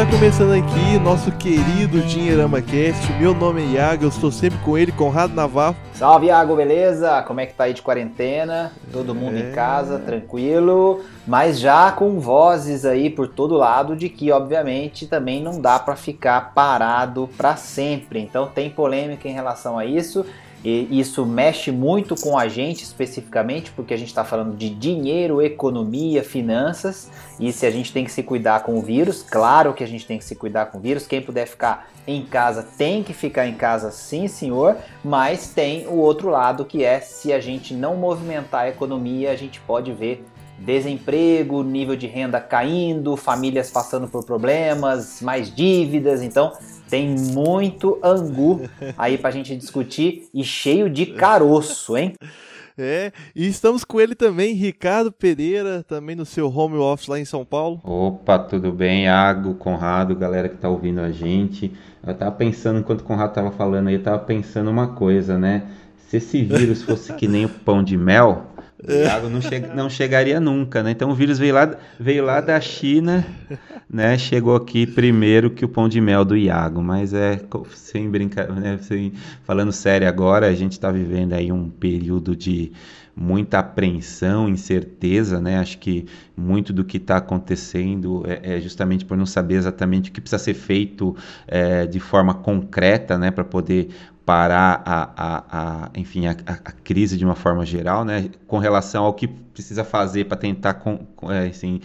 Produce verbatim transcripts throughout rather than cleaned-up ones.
Está começando aqui nosso querido Dinheirama Cast. Meu nome é Iago, eu estou sempre com ele, Conrado Navarro. Salve, Iago, beleza? Como é que tá aí de quarentena? Todo mundo é... em casa, tranquilo, mas já com vozes aí por todo lado de que, obviamente, também não dá para ficar parado para sempre. Então tem polêmica em relação a isso. E isso mexe muito com a gente especificamente, porque a gente está falando de dinheiro, economia, finanças, e se a gente tem que se cuidar com o vírus, claro que a gente tem que se cuidar com o vírus, quem puder ficar em casa tem que ficar em casa, sim senhor, mas tem o outro lado que é, se a gente não movimentar a economia, a gente pode ver desemprego, nível de renda caindo, famílias passando por problemas, mais dívidas, então... Tem muito angu aí pra gente discutir e cheio de caroço, hein? É, e estamos com ele também, Ricardo Pereira, também no seu home office lá em São Paulo. Opa, tudo bem? Iago, Conrado, galera que tá ouvindo a gente. Eu tava pensando, enquanto o Conrado tava falando aí, eu tava pensando uma coisa, né? Se esse vírus fosse que nem o pão de mel... O Iago não, che- não chegaria nunca, né? Então o vírus veio lá, veio lá da China, né? Chegou aqui primeiro que o pão de mel do Iago, mas é sem brincar, né? Sem, falando sério agora, a gente está vivendo aí um período de muita apreensão, incerteza, né? Acho que muito do que está acontecendo é, é justamente por não saber exatamente o que precisa ser feito é, de forma concreta, né? Para poder parar a, a, a, enfim, a, a crise de uma forma geral, né? Com relação ao que precisa fazer para tentar com, com, é, assim,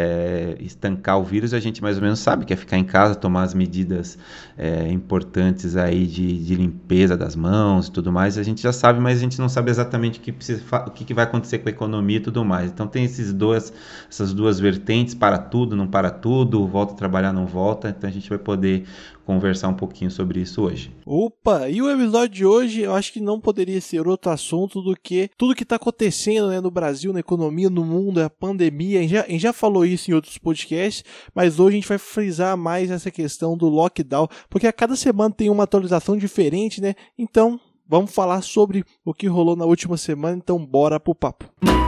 é, estancar o vírus, a gente mais ou menos sabe que é ficar em casa, tomar as medidas é, importantes aí de, de limpeza das mãos e tudo mais, a gente já sabe, mas a gente não sabe exatamente o que, precisa, o que, que vai acontecer com a economia e tudo mais. Então tem esses dois, essas duas vertentes, para tudo, não para tudo, volta a trabalhar, não volta, então a gente vai poder conversar um pouquinho sobre isso hoje. Opa, e o episódio de hoje eu acho que não poderia ser outro assunto do que tudo que está acontecendo, né, no Brasil, na economia, no mundo, a pandemia. A gente, já, a gente já falou isso em outros podcasts, mas hoje a gente vai frisar mais essa questão do lockdown, porque a cada semana tem uma atualização diferente, né? Então vamos falar sobre o que rolou na última semana, então bora pro papo.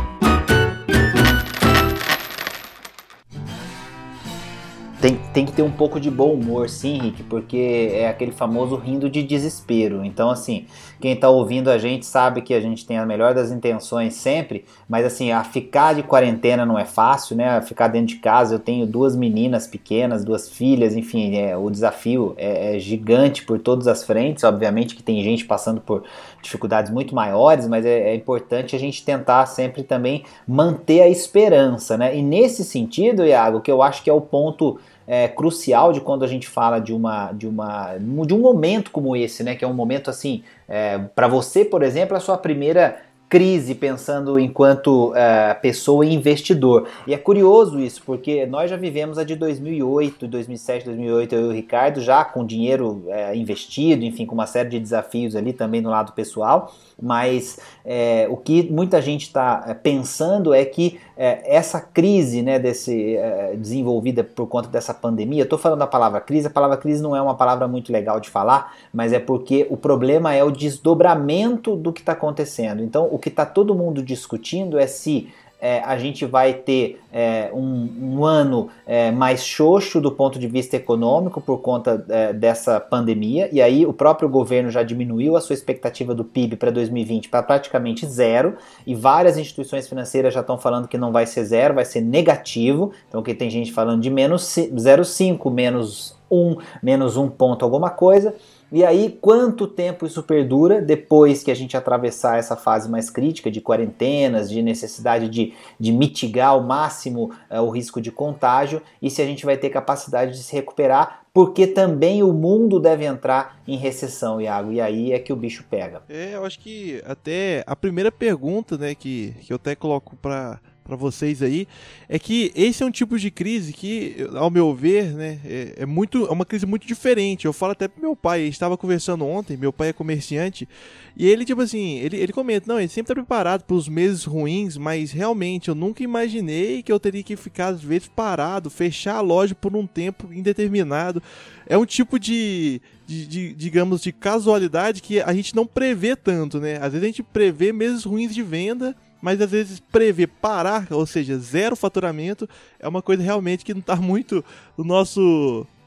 Tem, tem que ter um pouco de bom humor, sim, Rick, porque é aquele famoso rindo de desespero. Então, assim, quem tá ouvindo a gente sabe que a gente tem a melhor das intenções sempre, mas, assim, a ficar de quarentena não é fácil, né? A ficar dentro de casa, eu tenho duas meninas pequenas, duas filhas, enfim, é, o desafio é, é gigante por todas as frentes. Obviamente que tem gente passando por dificuldades muito maiores, mas é, é importante a gente tentar sempre também manter a esperança, né? E nesse sentido, Iago, que eu acho que é o ponto... É, crucial de quando a gente fala de uma de uma de um momento como esse, né, que é um momento assim, é, para você, por exemplo, a sua primeira crise, pensando enquanto uh, pessoa e investidor. E é curioso isso, porque nós já vivemos a de dois mil e oito, dois mil e sete, dois mil e oito, eu e o Ricardo, já com dinheiro uh, investido, enfim, com uma série de desafios ali também no lado pessoal, mas uh, o que muita gente está uh, pensando é que uh, essa crise, né, desse, uh, desenvolvida por conta dessa pandemia, eu estou falando da palavra crise, a palavra crise não é uma palavra muito legal de falar, mas é porque o problema é o desdobramento do que está acontecendo. Então, o que está todo mundo discutindo é se é, a gente vai ter é, um, um ano é, mais xoxo do ponto de vista econômico por conta é, dessa pandemia, e aí o próprio governo já diminuiu a sua expectativa do P I B para dois mil e vinte para praticamente zero, e várias instituições financeiras já estão falando que não vai ser zero, vai ser negativo, então que tem gente falando de menos zero vírgula cinco, menos um, menos um ponto alguma coisa. E aí, quanto tempo isso perdura depois que a gente atravessar essa fase mais crítica de quarentenas, de necessidade de, de mitigar ao máximo uh, o risco de contágio, e se a gente vai ter capacidade de se recuperar, porque também o mundo deve entrar em recessão, Iago, e aí é que o bicho pega. É, eu acho que até a primeira pergunta, né, que, que eu até coloco para para vocês aí, é que esse é um tipo de crise que, ao meu ver, né, é, é, muito, é uma crise muito diferente. Eu falo até pro meu pai, a gente estava conversando ontem, meu pai é comerciante, e ele, tipo assim, ele, ele comenta, não, ele sempre tá preparado para os meses ruins, mas realmente eu nunca imaginei que eu teria que ficar, às vezes, parado, fechar a loja por um tempo indeterminado. É um tipo de, de, de, digamos, de casualidade que a gente não prevê tanto, né? Às vezes a gente prevê meses ruins de venda, mas às vezes prever parar, ou seja, zero faturamento, é uma coisa realmente que não está muito no nosso,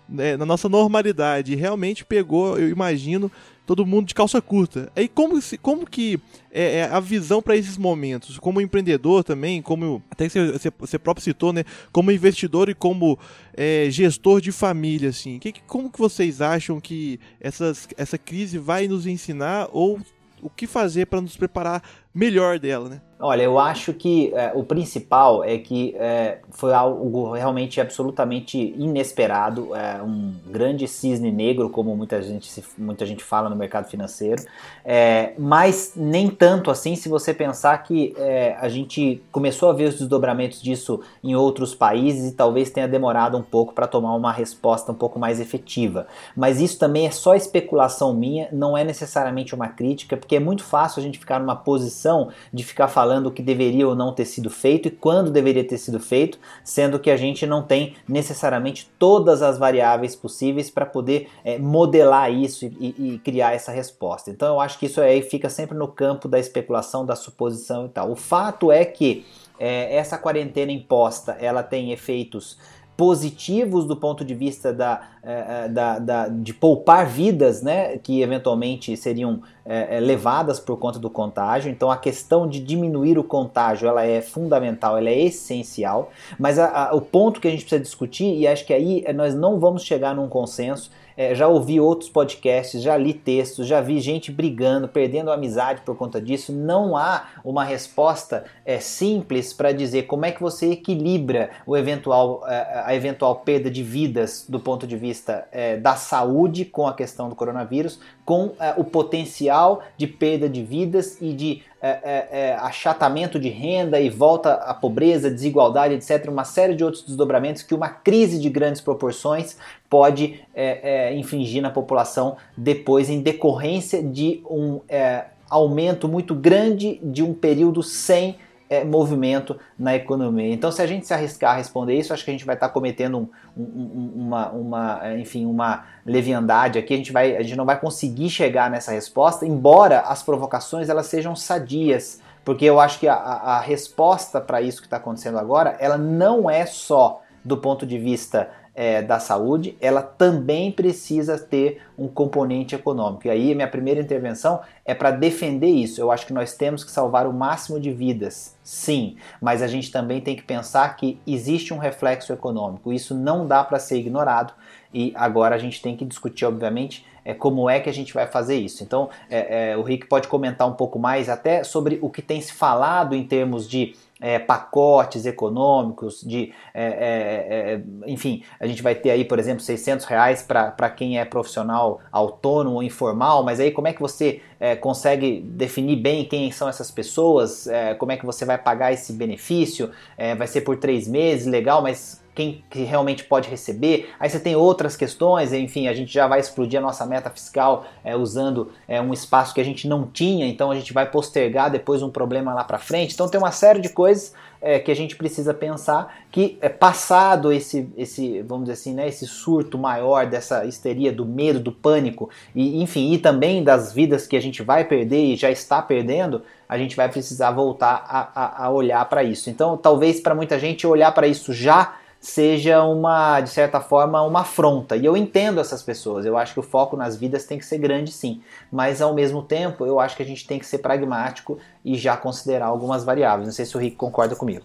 né, na nossa normalidade, e realmente pegou, eu imagino, todo mundo de calça curta. Aí como, como que é, é a visão para esses momentos? Como empreendedor também, como até que você, você próprio citou, né? Como investidor e como é, gestor de família, assim. Que, como que vocês acham que essas, essa crise vai nos ensinar ou o que fazer para nos preparar melhor dela, né? Olha, eu acho que é, o principal é que é, foi algo realmente absolutamente inesperado, é, um grande cisne negro, como muita gente, muita gente fala no mercado financeiro, é, mas nem tanto assim se você pensar que é, a gente começou a ver os desdobramentos disso em outros países e talvez tenha demorado um pouco para tomar uma resposta um pouco mais efetiva. Mas isso também é só especulação minha, não é necessariamente uma crítica, porque é muito fácil a gente ficar numa posição de ficar falando falando o que deveria ou não ter sido feito e quando deveria ter sido feito, sendo que a gente não tem necessariamente todas as variáveis possíveis para poder é, modelar isso e, e, e criar essa resposta. Então eu acho que isso aí fica sempre no campo da especulação, da suposição e tal. O fato é que é, essa quarentena imposta, ela tem efeitos positivos do ponto de vista da, da, da, de poupar vidas, né, que eventualmente seriam é, levadas por conta do contágio. Então a questão de diminuir o contágio ela é fundamental, ela é essencial, mas a, a, o ponto que a gente precisa discutir, e acho que aí nós não vamos chegar num consenso, é, já ouvi outros podcasts, já li textos, já vi gente brigando, perdendo a amizade por conta disso. Não há uma resposta é, simples para dizer como é que você equilibra o eventual, a eventual perda de vidas do ponto de vista é, da saúde com a questão do coronavírus, com é, o potencial de perda de vidas e de é, é, é, achatamento de renda e volta à pobreza, desigualdade, etcétera. Uma série de outros desdobramentos que uma crise de grandes proporções pode é, é, infligir na população depois em decorrência de um é, aumento muito grande de um período sem É, movimento na economia. Então, se a gente se arriscar a responder isso, acho que a gente vai estar cometendo um, um, uma, uma, enfim, uma leviandade aqui. A gente, vai, a gente não vai conseguir chegar nessa resposta, embora as provocações elas sejam sadias, porque eu acho que a, a resposta para isso que está acontecendo agora, ela não é só do ponto de vista É, da saúde, ela também precisa ter um componente econômico. E aí minha primeira intervenção é para defender isso. Eu acho que nós temos que salvar o máximo de vidas, sim, mas a gente também tem que pensar que existe um reflexo econômico. Isso não dá para ser ignorado e agora a gente tem que discutir, obviamente, é, como é que a gente vai fazer isso. Então, é, é, o Rick pode comentar um pouco mais até sobre o que tem se falado em termos de É, pacotes econômicos, de, é, é, é, enfim, a gente vai ter aí, por exemplo, seiscentos reais para quem é profissional autônomo ou informal, mas aí como é que você é, consegue definir bem quem são essas pessoas, é, como é que você vai pagar esse benefício, é, vai ser por três meses, legal, mas quem que realmente pode receber? Aí você tem outras questões, enfim, a gente já vai explodir a nossa meta fiscal é, usando é, um espaço que a gente não tinha, então a gente vai postergar depois um problema lá para frente. Então tem uma série de coisas é, que a gente precisa pensar que é, passado esse, esse, vamos dizer assim, né, esse surto maior dessa histeria, do medo, do pânico, e, enfim, e também das vidas que a gente vai perder e já está perdendo, a gente vai precisar voltar a, a, a olhar para isso. Então talvez para muita gente olhar para isso já seja uma, de certa forma, uma afronta. E eu entendo essas pessoas, eu acho que o foco nas vidas tem que ser grande sim, mas ao mesmo tempo eu acho que a gente tem que ser pragmático e já considerar algumas variáveis. Não sei se o Rick concorda comigo.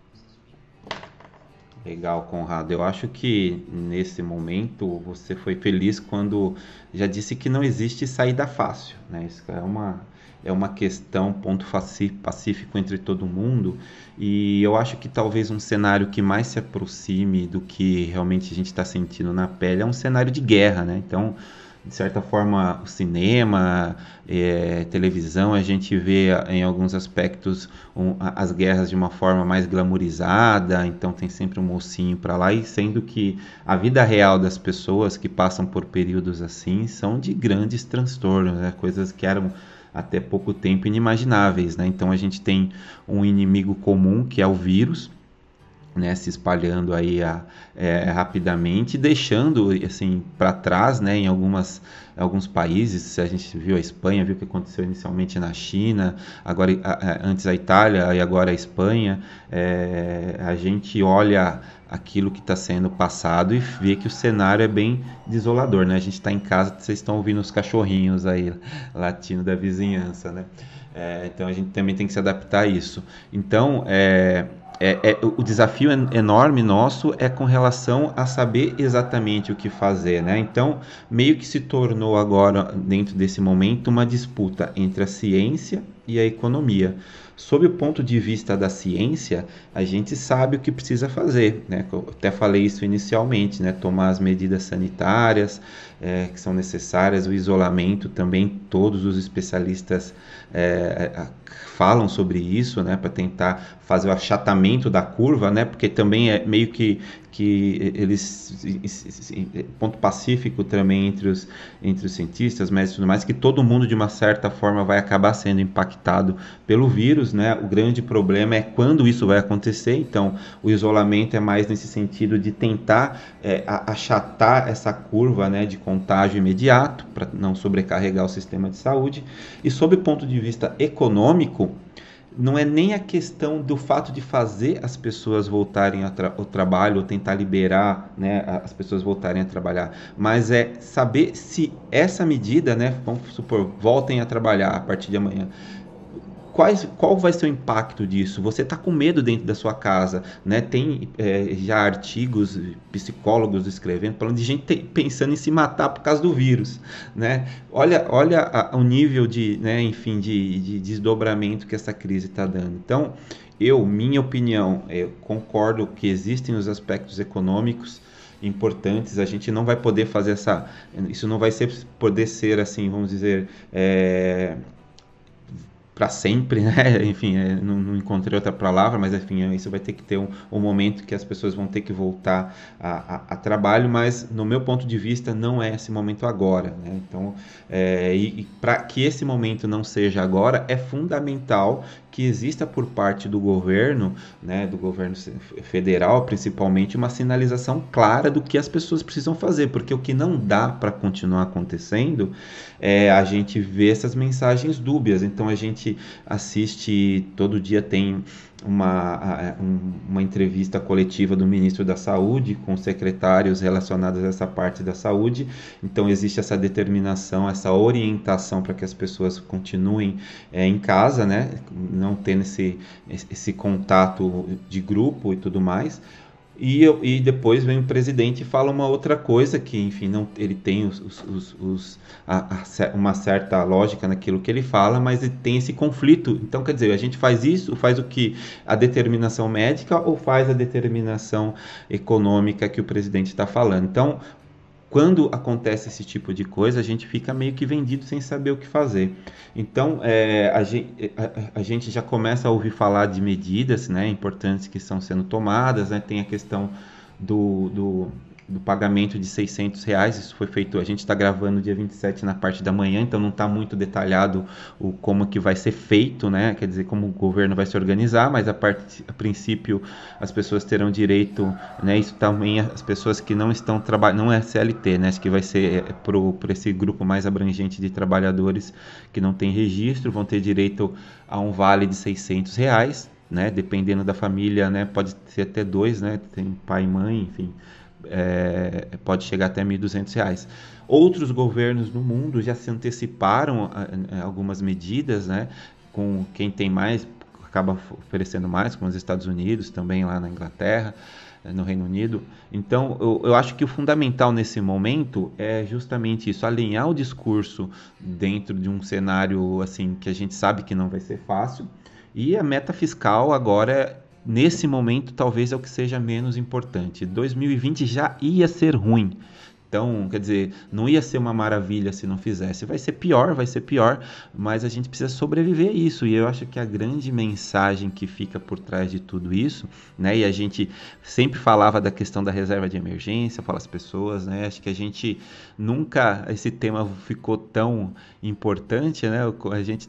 Legal, Conrado. Eu acho que nesse momento você foi feliz quando já disse que não existe saída fácil, né? Isso é uma, é uma questão, ponto pacífico entre todo mundo, e eu acho que talvez um cenário que mais se aproxime do que realmente a gente está sentindo na pele é um cenário de guerra, né? Então, de certa forma, o cinema, é, televisão, a gente vê em alguns aspectos um, as guerras de uma forma mais glamourizada, então tem sempre um mocinho para lá, e sendo que a vida real das pessoas que passam por períodos assim são de grandes transtornos, né? Coisas que eram até pouco tempo inimagináveis, né? Então a gente tem um inimigo comum que é o vírus, né, se espalhando aí a, é, rapidamente, deixando assim para trás, né, em algumas, alguns países. A gente viu a Espanha, viu o que aconteceu inicialmente na China, agora a, a, antes a Itália e agora a Espanha. É, a gente olha aquilo que está sendo passado e vê que o cenário é bem desolador, né? A gente está em casa, vocês estão ouvindo os cachorrinhos aí latindo da vizinhança, né? É, então a gente também tem que se adaptar a isso. Então, é, É, é, o desafio enorme nosso é com relação a saber exatamente o que fazer, né? Então, meio que se tornou agora, dentro desse momento, uma disputa entre a ciência e a economia. Sob o ponto de vista da ciência, a gente sabe o que precisa fazer, né? Eu até falei isso inicialmente, né? Tomar as medidas sanitárias é, que são necessárias, o isolamento também, todos os especialistas é, falam sobre isso, né? Para tentar fazer o achatamento da curva, né? Porque também é meio que que eles, ponto pacífico também entre os, entre os cientistas, médicos e tudo mais, que todo mundo de uma certa forma vai acabar sendo impactado pelo vírus, né? O grande problema é quando isso vai acontecer. Então o isolamento é mais nesse sentido de tentar é, achatar essa curva, né, de contágio imediato, para não sobrecarregar o sistema de saúde. E sob o ponto de vista econômico, não é nem a questão do fato de fazer as pessoas voltarem ao, tra- ao trabalho, ou tentar liberar, né, as pessoas voltarem a trabalhar, mas é saber se essa medida, né, vamos supor, voltem a trabalhar a partir de amanhã, Quais, qual vai ser o impacto disso? Você está com medo dentro da sua casa, né? Tem é, já artigos, psicólogos escrevendo, falando de gente te, pensando em se matar por causa do vírus, né? Olha, olha a, o nível de, né, enfim, de, de desdobramento que essa crise está dando. Então, eu, minha opinião, eu concordo que existem os aspectos econômicos importantes. A gente não vai poder fazer essa, isso não vai ser, poder ser assim, vamos dizer, é, para sempre, né? Enfim, é, não, não encontrei outra palavra, mas enfim, isso vai ter que ter um, um momento que as pessoas vão ter que voltar a, a, a trabalho, mas no meu ponto de vista não é esse momento agora, né? Então, é, e, e para que esse momento não seja agora, é fundamental que exista por parte do governo, né, do governo federal principalmente, uma sinalização clara do que as pessoas precisam fazer, porque o que não dá para continuar acontecendo é a gente ver essas mensagens dúbias. Então a gente assiste, todo dia tem uma, uma entrevista coletiva do ministro da Saúde com secretários relacionados a essa parte da saúde. Então existe essa determinação, essa orientação para que as pessoas continuem é, em casa, né, não tendo esse, esse contato de grupo e tudo mais. E, e depois vem o presidente e fala uma outra coisa que, enfim, não, ele tem os, os, os, os, a, a, uma certa lógica naquilo que ele fala, mas ele tem esse conflito. Então, quer dizer, a gente faz isso, faz o que? A determinação médica ou faz a determinação econômica que o presidente está falando? Então, quando acontece esse tipo de coisa, a gente fica meio que vendido sem saber o que fazer. Então, é, a, gente, a, a gente já começa a ouvir falar de medidas, né, importantes que estão sendo tomadas, né? Tem a questão do, do, do pagamento de seiscentos reais, isso foi feito, a gente está gravando dia vinte e sete na parte da manhã, então não está muito detalhado o, como que vai ser feito, né? Quer dizer, como o governo vai se organizar, mas a, part, a princípio as pessoas terão direito, né? Isso também as pessoas que não estão trabalhando, não é C L T, né? Acho que vai ser é, para esse grupo mais abrangente de trabalhadores que não tem registro, vão ter direito a um vale de seiscentos reais, né? Dependendo da família, né? Pode ser até dois, né? Tem pai e mãe, enfim. É, pode chegar até mil e duzentos reais. Outros governos no mundo já se anteciparam a, a algumas medidas, né? Com quem tem mais acaba oferecendo mais, como os Estados Unidos, também lá na Inglaterra, no Reino Unido. Então eu, eu acho que o fundamental nesse momento é justamente isso, alinhar o discurso dentro de um cenário assim que a gente sabe que não vai ser fácil, e a meta fiscal agora, nesse momento, talvez é o que seja menos importante. dois mil e vinte já ia ser ruim. Então, quer dizer, não ia ser uma maravilha se não fizesse. Vai ser pior, vai ser pior, mas a gente precisa sobreviver a isso. E eu acho que a grande mensagem que fica por trás de tudo isso, né? E a gente sempre falava da questão da reserva de emergência para as pessoas, né? Acho que a gente nunca, esse tema ficou tão importante, né? A gente está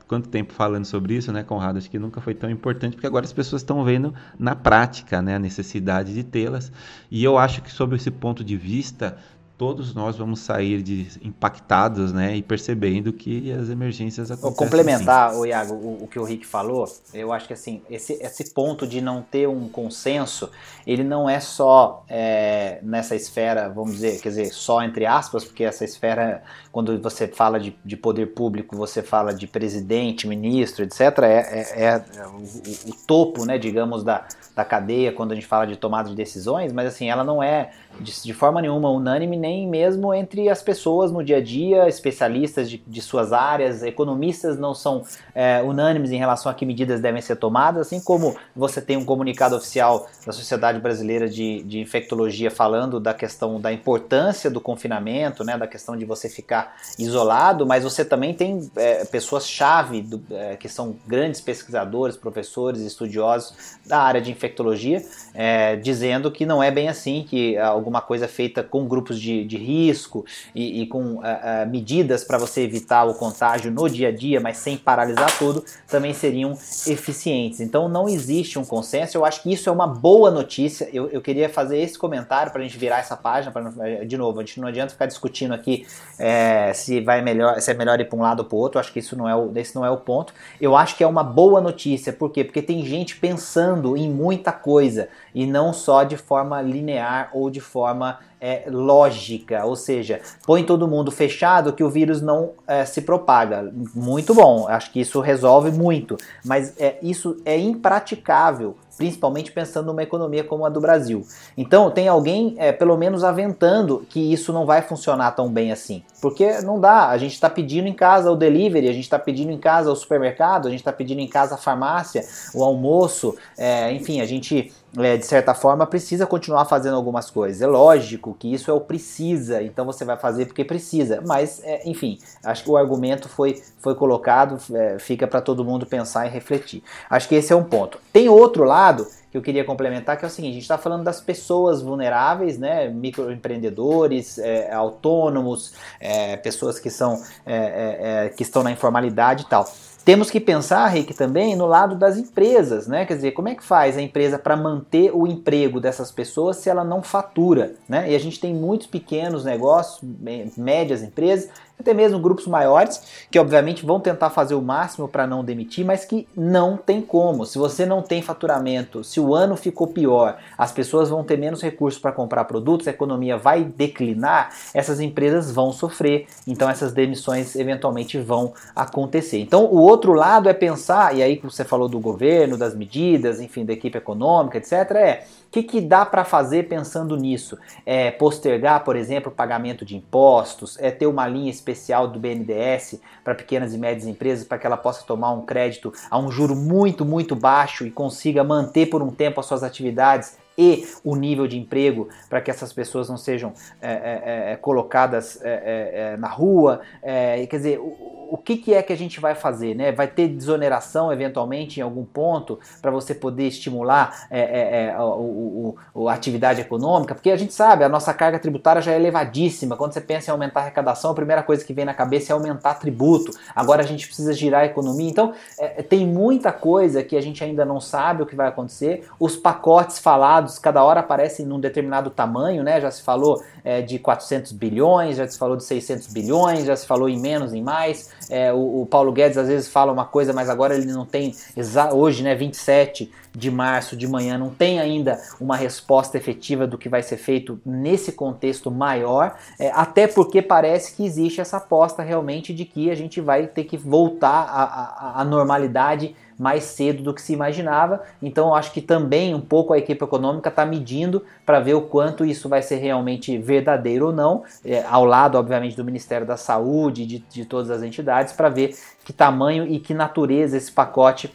quanto tempo falando sobre isso, né, Conrado? Acho que nunca foi tão importante, porque agora as pessoas estão vendo na prática, né, a necessidade de tê-las. E eu acho que, sob esse ponto de vista, todos nós vamos sair de, impactados, né, e percebendo que as emergências acontecem. Vou complementar, o Iago, o, o que o Rick falou. Eu acho que assim, esse, esse ponto de não ter um consenso, ele não é só é, nessa esfera, vamos dizer, quer dizer, só entre aspas, porque essa esfera, quando você fala de, de poder público, você fala de presidente, ministro, etcétera, é, é, é o, o topo, né, digamos, da, da cadeia, quando a gente fala de tomada de decisões, mas assim, ela não é de, de forma nenhuma unânime, nem mesmo entre as pessoas no dia a dia, especialistas de, de suas áreas, economistas não são é, unânimes em relação a que medidas devem ser tomadas, assim como você tem um comunicado oficial da Sociedade Brasileira de, de Infectologia falando da questão da importância do confinamento, né, da questão de você ficar isolado, mas você também tem é, pessoas-chave é, que são grandes pesquisadores, professores, estudiosos da área de infectologia, é, dizendo que não é bem assim, que alguma coisa feita com grupos de, de risco e, e com uh, uh, medidas para você evitar o contágio no dia a dia, mas sem paralisar tudo, também seriam eficientes. Então não existe um consenso. Eu acho que isso é uma boa notícia. Eu, eu queria fazer esse comentário para a gente virar essa página, pra, de novo, a gente não adianta ficar discutindo aqui é, se, vai melhor, se é melhor ir para um lado ou para o outro. Eu acho que isso não é o, esse não é o ponto. Eu acho que é uma boa notícia. Por quê? Porque tem gente pensando em muita coisa e não só de forma linear ou de forma é, lógica, ou seja, põe todo mundo fechado que o vírus não é, se propaga. Muito bom, acho que isso resolve muito, mas é, isso é impraticável, principalmente pensando numa economia como a do Brasil. Então tem alguém é, pelo menos aventando que isso não vai funcionar tão bem assim, porque não dá, a gente está pedindo em casa o delivery, a gente está pedindo em casa o supermercado, a gente está pedindo em casa a farmácia, o almoço, é, enfim, a gente é, de certa forma precisa continuar fazendo algumas coisas. É lógico que isso é o precisa, então você vai fazer porque precisa, mas é, enfim, acho que o argumento foi, foi colocado, é, fica para todo mundo pensar e refletir. Acho que esse é um ponto. Tem outro lado que eu queria complementar, que é o seguinte: a gente está falando das pessoas vulneráveis, né, microempreendedores, é, autônomos, é, pessoas que, são, é, é, é, que estão na informalidade e tal. Temos que pensar, Rick, também no lado das empresas, né? Quer dizer, como é que faz a empresa para manter o emprego dessas pessoas se ela não fatura, né? E a gente tem muitos pequenos negócios, médias empresas, até mesmo grupos maiores, que obviamente vão tentar fazer o máximo para não demitir, mas que não tem como. Se você não tem faturamento, se o ano ficou pior, as pessoas vão ter menos recursos para comprar produtos, a economia vai declinar, essas empresas vão sofrer, então essas demissões eventualmente vão acontecer. Então o outro lado é pensar, e aí que você falou do governo, das medidas, enfim, da equipe econômica, etcétera, é o que, que dá para fazer pensando nisso? É postergar, por exemplo, o pagamento de impostos, é ter uma linha especial do B N D E S para pequenas e médias empresas para que ela possa tomar um crédito a um juro muito, muito baixo e consiga manter por um tempo as suas atividades e o nível de emprego para que essas pessoas não sejam é, é, é, colocadas é, é, na rua. É, quer dizer, o, o que, que é que a gente vai fazer, né? Vai ter desoneração eventualmente em algum ponto para você poder estimular é, é, é, o, o, a atividade econômica? Porque a gente sabe, a nossa carga tributária já é elevadíssima. Quando você pensa em aumentar a arrecadação, a primeira coisa que vem na cabeça é aumentar tributo. Agora a gente precisa girar a economia. Então é, tem muita coisa que a gente ainda não sabe o que vai acontecer. Os pacotes falados cada hora aparecem num determinado tamanho, né? Já se falou é, de quatrocentos bilhões, já se falou de seiscentos bilhões, já se falou em menos, em mais. É, o, o Paulo Guedes às vezes fala uma coisa, mas agora ele não tem, hoje, né, vinte e sete de março de manhã, não tem ainda uma resposta efetiva do que vai ser feito nesse contexto maior, é, até porque parece que existe essa aposta realmente de que a gente vai ter que voltar à, à, à normalidade mais cedo do que se imaginava. Então eu acho que também um pouco a equipe econômica está medindo para ver o quanto isso vai ser realmente verdadeiro ou não, é, ao lado obviamente do Ministério da Saúde, de, de todas as entidades, para ver que tamanho e que natureza esse pacote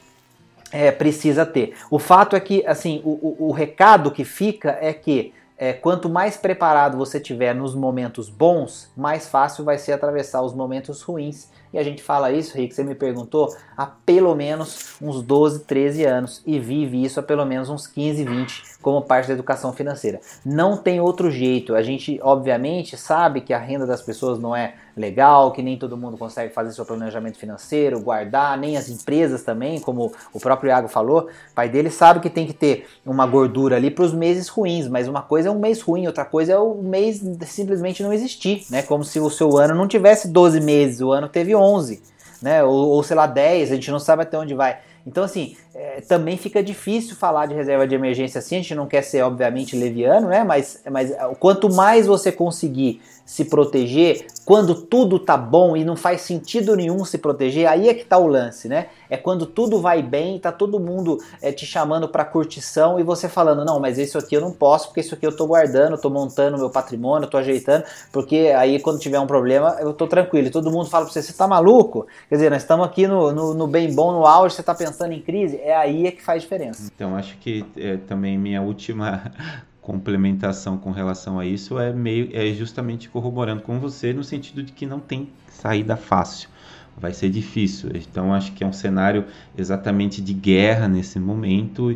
é, precisa ter. O fato é que assim, o, o, o recado que fica é que É, quanto mais preparado você tiver nos momentos bons, mais fácil vai ser atravessar os momentos ruins. E a gente fala isso, Rick, você me perguntou, há pelo menos uns doze, treze anos e vive isso há pelo menos uns quinze, vinte como parte da educação financeira. Não tem outro jeito. A gente, obviamente, sabe que a renda das pessoas não é legal, que nem todo mundo consegue fazer seu planejamento financeiro, guardar, nem as empresas também, como o próprio Iago falou. O pai dele sabe que tem que ter uma gordura ali para os meses ruins, mas uma coisa é um mês ruim, outra coisa é o mês simplesmente não existir, né? Como se o seu ano não tivesse doze meses, o ano teve onze, né? Ou, ou sei lá, dez, a gente não sabe até onde vai. Então, assim, é, também fica difícil falar de reserva de emergência assim, a gente não quer ser, obviamente, leviano, né? Mas, mas quanto mais você conseguir se proteger, quando tudo tá bom e não faz sentido nenhum se proteger, aí é que tá o lance, né? É quando tudo vai bem, tá todo mundo é, te chamando pra curtição e você falando, não, mas isso aqui eu não posso, porque isso aqui eu tô guardando, tô montando meu patrimônio, tô ajeitando, porque aí quando tiver um problema eu tô tranquilo. E todo mundo fala pra você, você tá maluco? Quer dizer, nós estamos aqui no, no, no bem bom, no auge, você tá pensando em crise, é aí é que faz diferença. Então, acho que é, também minha última complementação com relação a isso é meio é justamente corroborando com você no sentido de que não tem saída fácil, vai ser difícil. Então acho que é um cenário exatamente de guerra nesse momento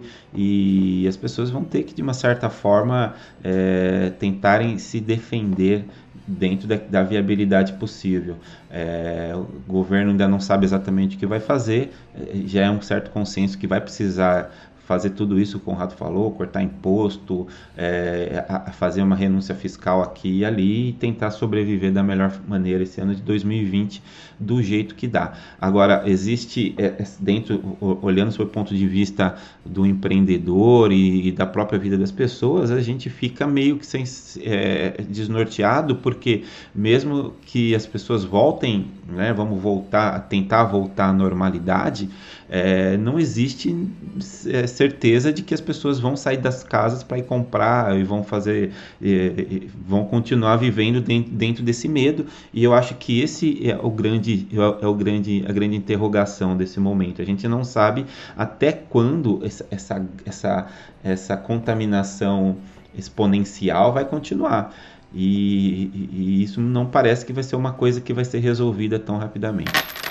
e as pessoas vão ter que de uma certa forma é, tentarem se defender dentro da, da viabilidade possível. É, o governo ainda não sabe exatamente o que vai fazer, já é um certo consenso que vai precisar fazer tudo isso que o Conrado falou, cortar imposto, é, a, a fazer uma renúncia fiscal aqui e ali e tentar sobreviver da melhor maneira esse ano de dois mil e vinte do jeito que dá. Agora, existe, é, dentro, olhando sob o ponto de vista do empreendedor e, e da própria vida das pessoas, a gente fica meio que sem, é, desnorteado, porque mesmo que as pessoas voltem, né, vamos voltar, tentar voltar à normalidade, é, não existe é, certeza de que as pessoas vão sair das casas para ir comprar e vão fazer, é, vão continuar vivendo dentro, dentro desse medo. E eu acho que esse é o grande, é o grande, a grande interrogação desse momento. A gente não sabe até quando essa, essa, essa, essa contaminação exponencial vai continuar. E, e isso não parece que vai ser uma coisa que vai ser resolvida tão rapidamente.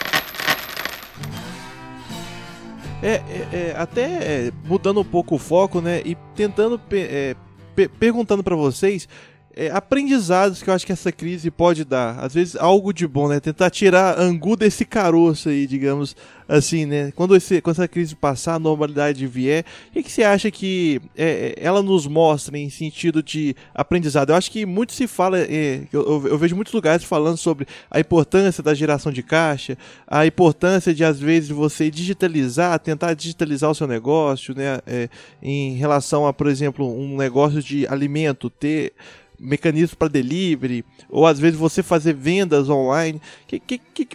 É, é, é, até é, mudando um pouco o foco, né, e tentando, é, pe- perguntando para vocês, é, aprendizados que eu acho que essa crise pode dar, às vezes algo de bom, né, tentar tirar angu desse caroço aí, digamos assim, né, quando, esse, quando essa crise passar, a normalidade vier, o que, que você acha que é, ela nos mostra em sentido de aprendizado? Eu acho que muito se fala, é, eu, eu vejo muitos lugares falando sobre a importância da geração de caixa, a importância de, às vezes, você digitalizar, tentar digitalizar o seu negócio, né, é, em relação a, por exemplo, um negócio de alimento, ter mecanismos para delivery, ou às vezes você fazer vendas online, que, que, que,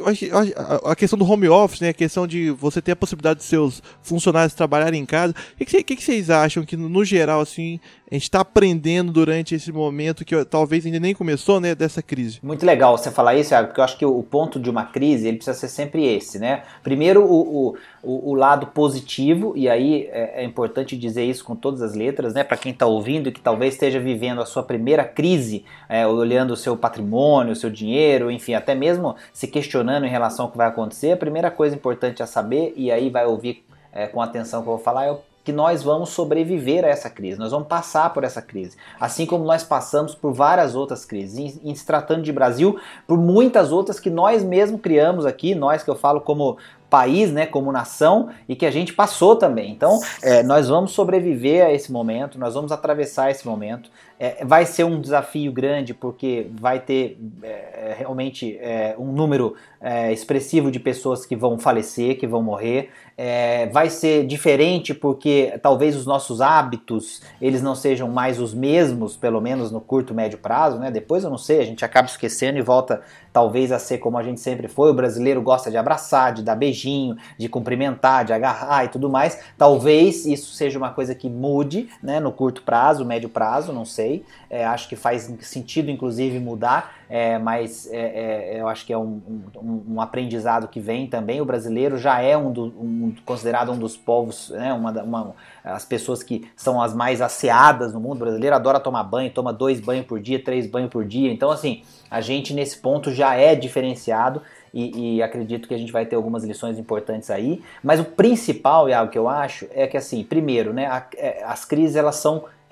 a questão do home office, né, a questão de você ter a possibilidade de seus funcionários trabalharem em casa, o que, que, que vocês acham que no geral assim, a gente está aprendendo durante esse momento que talvez ainda nem começou, né, dessa crise? Muito legal você falar isso, Iago, porque eu acho que o ponto de uma crise, ele precisa ser sempre esse, né? Primeiro, o, o, o lado positivo, e aí é, é importante dizer isso com todas as letras, né? Para quem está ouvindo e que talvez esteja vivendo a sua primeira crise, é, olhando o seu patrimônio, o seu dinheiro, enfim, até mesmo se questionando em relação ao que vai acontecer, a primeira coisa importante a saber, e aí vai ouvir é, com atenção o que eu vou falar, é o que nós vamos sobreviver a essa crise, nós vamos passar por essa crise, assim como nós passamos por várias outras crises, em, em se tratando de Brasil, por muitas outras que nós mesmos criamos aqui, nós que eu falo como país, né, como nação, e que a gente passou também. Então, é, nós vamos sobreviver a esse momento, nós vamos atravessar esse momento. É, vai ser um desafio grande, porque vai ter é, realmente é, um número é, expressivo de pessoas que vão falecer, que vão morrer. É, vai ser diferente porque talvez os nossos hábitos eles não sejam mais os mesmos, pelo menos no curto, médio prazo, né? Depois eu não sei, a gente acaba esquecendo e volta talvez a ser como a gente sempre foi. O brasileiro gosta de abraçar, de dar beijinho, de cumprimentar, de agarrar e tudo mais. Talvez isso seja uma coisa que mude, né, no curto prazo, médio prazo, não sei. É, acho que faz sentido inclusive mudar, é, mas é, é, eu acho que é um, um, um aprendizado que vem também. O brasileiro já é um, do, um considerado um dos povos, né, uma, uma, as pessoas que são as mais asseadas no mundo. O brasileiro adora tomar banho, toma dois banhos por dia, três banhos por dia. Então assim, a gente nesse ponto já é diferenciado. E, e acredito que a gente vai ter algumas lições importantes aí, mas o principal, e algo que eu acho, é que assim, primeiro, né, a, é, as crises elas são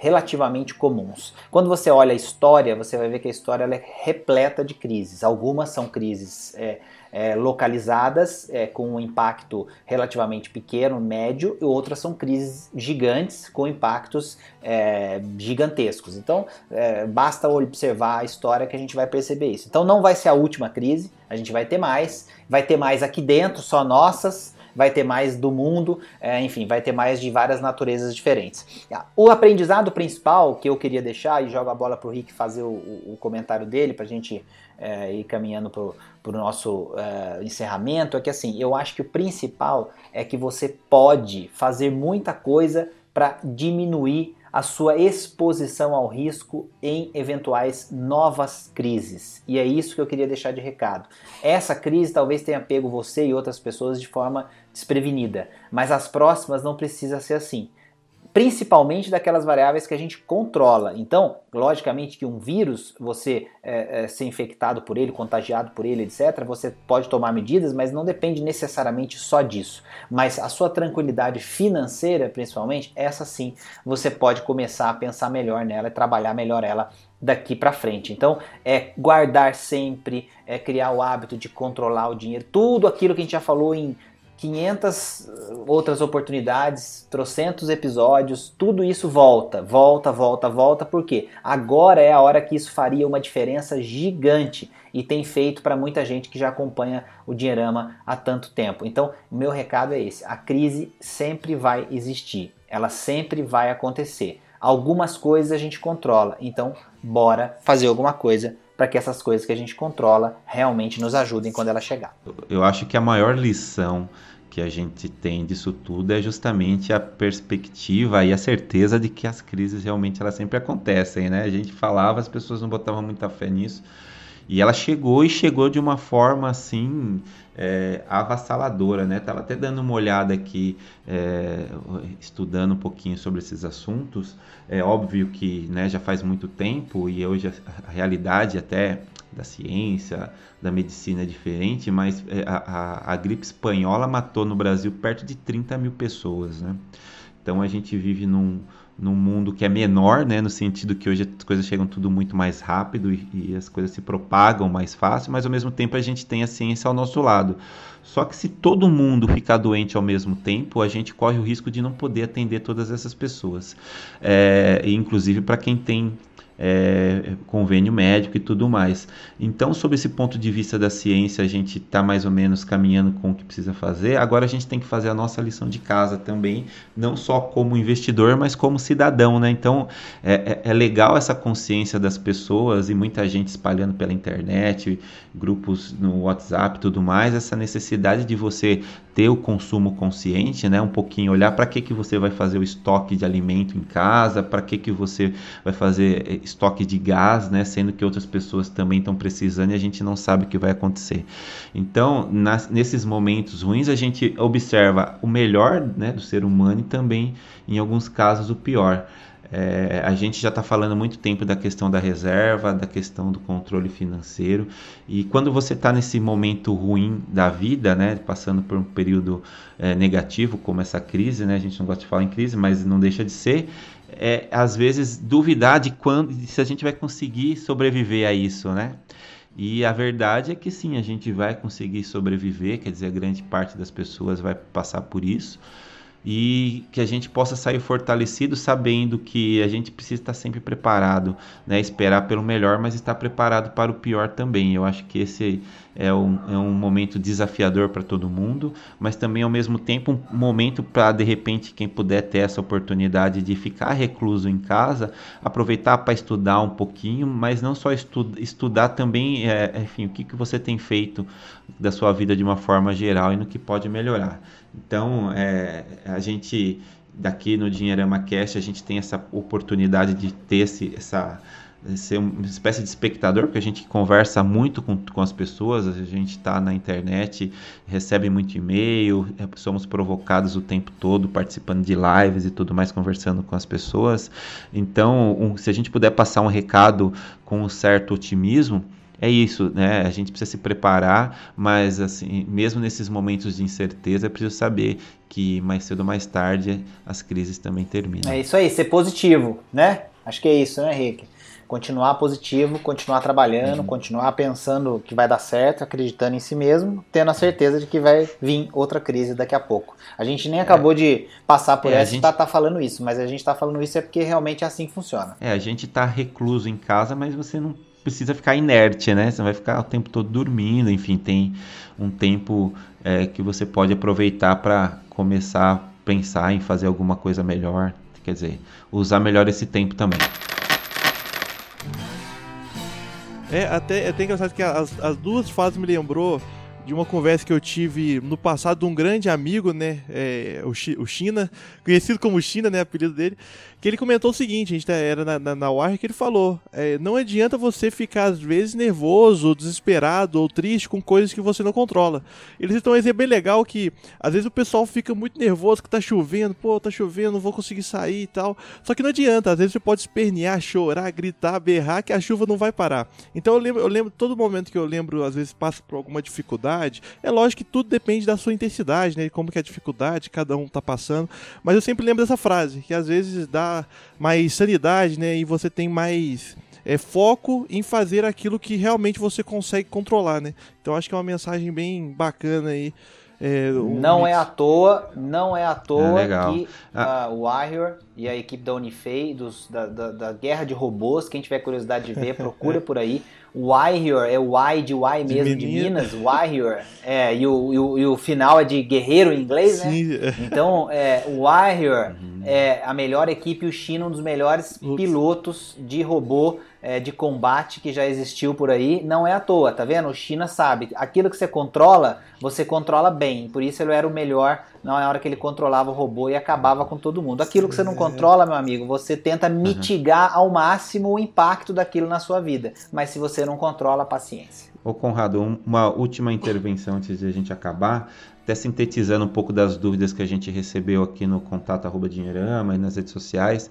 relativamente comuns. Quando você olha a história, você vai ver que a história ela é repleta de crises. Algumas são crises é, é, localizadas, é, com um impacto relativamente pequeno, médio, e outras são crises gigantes, com impactos é, gigantescos. Então, é, basta observar a história que a gente vai perceber isso. Então, não vai ser a última crise, a gente vai ter mais, vai ter mais aqui dentro, só nossas, vai ter mais do mundo, é, enfim, vai ter mais de várias naturezas diferentes. O aprendizado principal que eu queria deixar, e jogo a bola para o Rick fazer o, o comentário dele, para a gente é, ir caminhando para o nosso é, encerramento, é que assim, eu acho que o principal é que você pode fazer muita coisa para diminuir a sua exposição ao risco em eventuais novas crises. E é isso que eu queria deixar de recado. Essa crise talvez tenha pego você e outras pessoas de forma desprevenida, mas as próximas não precisa ser assim. Principalmente daquelas variáveis que a gente controla. Então, logicamente que um vírus, você é, é, ser infectado por ele, contagiado por ele, etcétera, você pode tomar medidas, mas não depende necessariamente só disso. Mas a sua tranquilidade financeira, principalmente, essa sim, você pode começar a pensar melhor nela e trabalhar melhor ela daqui para frente. Então, é guardar sempre, é criar o hábito de controlar o dinheiro, tudo aquilo que a gente já falou em quinhentas outras oportunidades, trocentos episódios, tudo isso volta, volta, volta, volta, porque agora é a hora que isso faria uma diferença gigante e tem feito para muita gente que já acompanha o Dinheirama há tanto tempo. Então, o meu recado é esse, a crise sempre vai existir, ela sempre vai acontecer. Algumas coisas a gente controla, então bora fazer alguma coisa para que essas coisas que a gente controla realmente nos ajudem quando ela chegar. Eu acho que a maior lição que a gente tem disso tudo é justamente a perspectiva e a certeza de que as crises realmente elas sempre acontecem, né? A gente falava, as pessoas não botavam muita fé nisso, e ela chegou e chegou de uma forma assim é, avassaladora, né? Tava até dando uma olhada aqui, é, estudando um pouquinho sobre esses assuntos. É óbvio que, né, já faz muito tempo e hoje a, a realidade até da ciência, da medicina é diferente, mas a, a, a gripe espanhola matou no Brasil perto de trinta mil pessoas, né? Então a gente vive num, num mundo que é menor, né, no sentido que hoje as coisas chegam tudo muito mais rápido e, e as coisas se propagam mais fácil, mas ao mesmo tempo a gente tem a ciência ao nosso lado. Só que se todo mundo ficar doente ao mesmo tempo, a gente corre o risco de não poder atender todas essas pessoas. É, inclusive para quem tem É, convênio médico e tudo mais. Então, sob esse ponto de vista da ciência, a gente está mais ou menos caminhando com o que precisa fazer. Agora a gente tem que fazer a nossa lição de casa também, não só como investidor, mas como cidadão, né? Então, é, é legal essa consciência das pessoas e muita gente espalhando pela internet, grupos no WhatsApp e tudo mais, essa necessidade de você ter o consumo consciente, né? Um pouquinho olhar para que, que você vai fazer o estoque de alimento em casa, para que, que você vai fazer estoque de gás, né? Sendo que outras pessoas também estão precisando e a gente não sabe o que vai acontecer. Então, nas, nesses momentos ruins, a gente observa o melhor, né, do ser humano e também, em alguns casos, o pior. É, a gente já está falando há muito tempo da questão da reserva, da questão do controle financeiro, e quando você está nesse momento ruim da vida, né, passando por um período é, negativo como essa crise, né, a gente não gosta de falar em crise, mas não deixa de ser, é, às vezes duvidar de quando, se a gente vai conseguir sobreviver a isso, né? E a verdade é que sim, a gente vai conseguir sobreviver, quer dizer, a grande parte das pessoas vai passar por isso, e que a gente possa sair fortalecido sabendo que a gente precisa estar sempre preparado, né? Esperar pelo melhor, mas estar preparado para o pior também. Eu acho que esse é um, é um momento desafiador para todo mundo, mas também ao mesmo tempo um momento para, de repente, quem puder ter essa oportunidade de ficar recluso em casa, aproveitar para estudar um pouquinho, mas não só estu- estudar também, é, enfim, o que, que você tem feito da sua vida de uma forma geral e no que pode melhorar. Então, é, a gente, daqui no Dinheirama Cast, a gente tem essa oportunidade de ter esse, essa, ser uma espécie de espectador, porque a gente conversa muito com, com as pessoas, a gente está na internet, recebe muito e-mail, somos provocados o tempo todo, participando de lives e tudo mais, conversando com as pessoas. Então, um, se a gente puder passar um recado com um certo otimismo, é isso, né? A gente precisa se preparar, mas assim, mesmo nesses momentos de incerteza, é preciso saber que mais cedo ou mais tarde as crises também terminam. É isso aí, ser positivo, né? Acho que é isso, né, Rick? Continuar positivo, continuar trabalhando, uhum. continuar pensando que vai dar certo, acreditando em si mesmo, tendo a certeza de que vai vir outra crise daqui a pouco. A gente nem acabou é. de passar por é, essa e gente... tá, tá falando isso, mas a gente tá falando isso é porque realmente é assim que funciona. É, a gente tá recluso em casa, mas você não precisa ficar inerte, né? Você vai ficar o tempo todo dormindo, enfim, tem um tempo é, que você pode aproveitar para começar a pensar em fazer alguma coisa melhor, quer dizer, usar melhor esse tempo também. É até, é até engraçado que as, as duas fases me lembrou de uma conversa que eu tive no passado de um grande amigo, né, é, o, Ch- o China, conhecido como China, né, apelido dele, que ele comentou o seguinte, a gente era na, na, na Warrior, que ele falou, é, não adianta você ficar às vezes nervoso, ou desesperado, ou triste com coisas que você não controla. Eles estão um exemplo bem legal que, às vezes o pessoal fica muito nervoso que tá chovendo, pô, tá chovendo, não vou conseguir sair e tal, só que não adianta, às vezes você pode espernear, chorar, gritar, berrar, que a chuva não vai parar. Então eu lembro, eu lembro todo momento que eu lembro, às vezes passa por alguma dificuldade. É lógico que tudo depende da sua intensidade, né? Como que é a dificuldade, cada um tá passando. Mas eu sempre lembro dessa frase, que às vezes dá mais sanidade, né? E você tem mais é, foco em fazer aquilo que realmente você consegue controlar, né? Então acho que é uma mensagem bem bacana aí. É, um não mix. é à toa, não é à toa é que ah. uh, o Warrior e a equipe da Unifei, dos, da, da, da Guerra de Robôs, quem tiver curiosidade de ver, procura por aí. O Warrior é o Y de Y mesmo, de, de Minas, Warrior, é, e, o, e, o, e o final é de guerreiro em inglês, Sim. né? Então, é, o Warrior uhum. é a melhor equipe, o China, um dos melhores Ups. pilotos de robô é, de combate que já existiu por aí, não é à toa, tá vendo? O China sabe, aquilo que você controla, você controla bem, por isso ele era o melhor na hora que ele controlava o robô e acabava com todo mundo. Aquilo que você não controla, meu amigo, você tenta mitigar uhum. ao máximo o impacto daquilo na sua vida, mas se você não controla, paciência. Ô Conrado, uma última intervenção antes de a gente acabar, até sintetizando um pouco das dúvidas que a gente recebeu aqui no contato arroba dinheirama e nas redes sociais,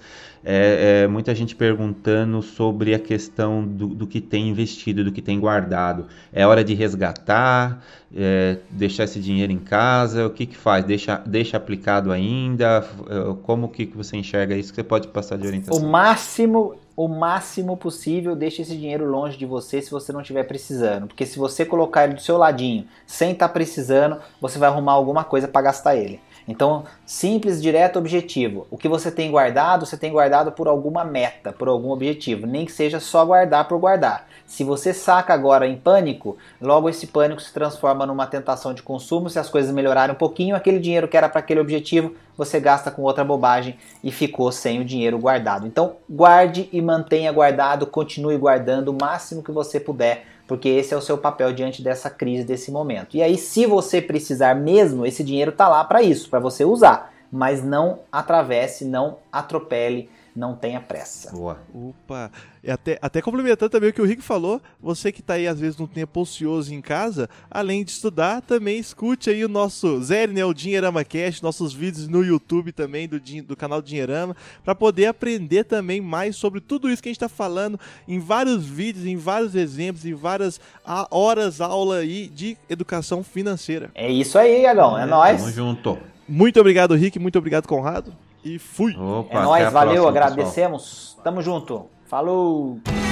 é, é, muita gente perguntando sobre a questão do, do que tem investido, do que tem guardado. É hora de resgatar, é, deixar esse dinheiro em casa, o que que faz? Deixa, deixa aplicado ainda? Como que você enxerga isso? Que você pode passar de orientação? O máximo... o máximo possível, deixe esse dinheiro longe de você se você não estiver precisando. Porque se você colocar ele do seu ladinho sem estar precisando, você vai arrumar alguma coisa para gastar ele. Então, simples, direto, objetivo. O que você tem guardado, você tem guardado por alguma meta, por algum objetivo. Nem que seja só guardar por guardar. Se você saca agora em pânico, logo esse pânico se transforma numa tentação de consumo. Se as coisas melhorarem um pouquinho, aquele dinheiro que era para aquele objetivo, você gasta com outra bobagem e ficou sem o dinheiro guardado. Então, guarde e mantenha guardado, continue guardando o máximo que você puder, porque esse é o seu papel diante dessa crise, desse momento. E aí, se você precisar mesmo, esse dinheiro está lá para isso, para você usar, mas não atravesse, não atropele, não tenha pressa. Boa. Opa! E até, até complementando também o que o Rick falou, você que está aí às vezes num tempo ocioso em casa, além de estudar, também escute aí o nosso Zé, né, o Dinheirama Cast, nossos vídeos no YouTube também, do, do canal Dinheirama, para poder aprender também mais sobre tudo isso que a gente está falando em vários vídeos, em vários exemplos, em várias horas aula aí de educação financeira. É isso aí, Iagão, é, é nóis. Tamo junto. Muito obrigado, Rick, muito obrigado, Conrado. E fui. Opa, é nóis, valeu, próxima, agradecemos. Pessoal. Tamo junto. Falou!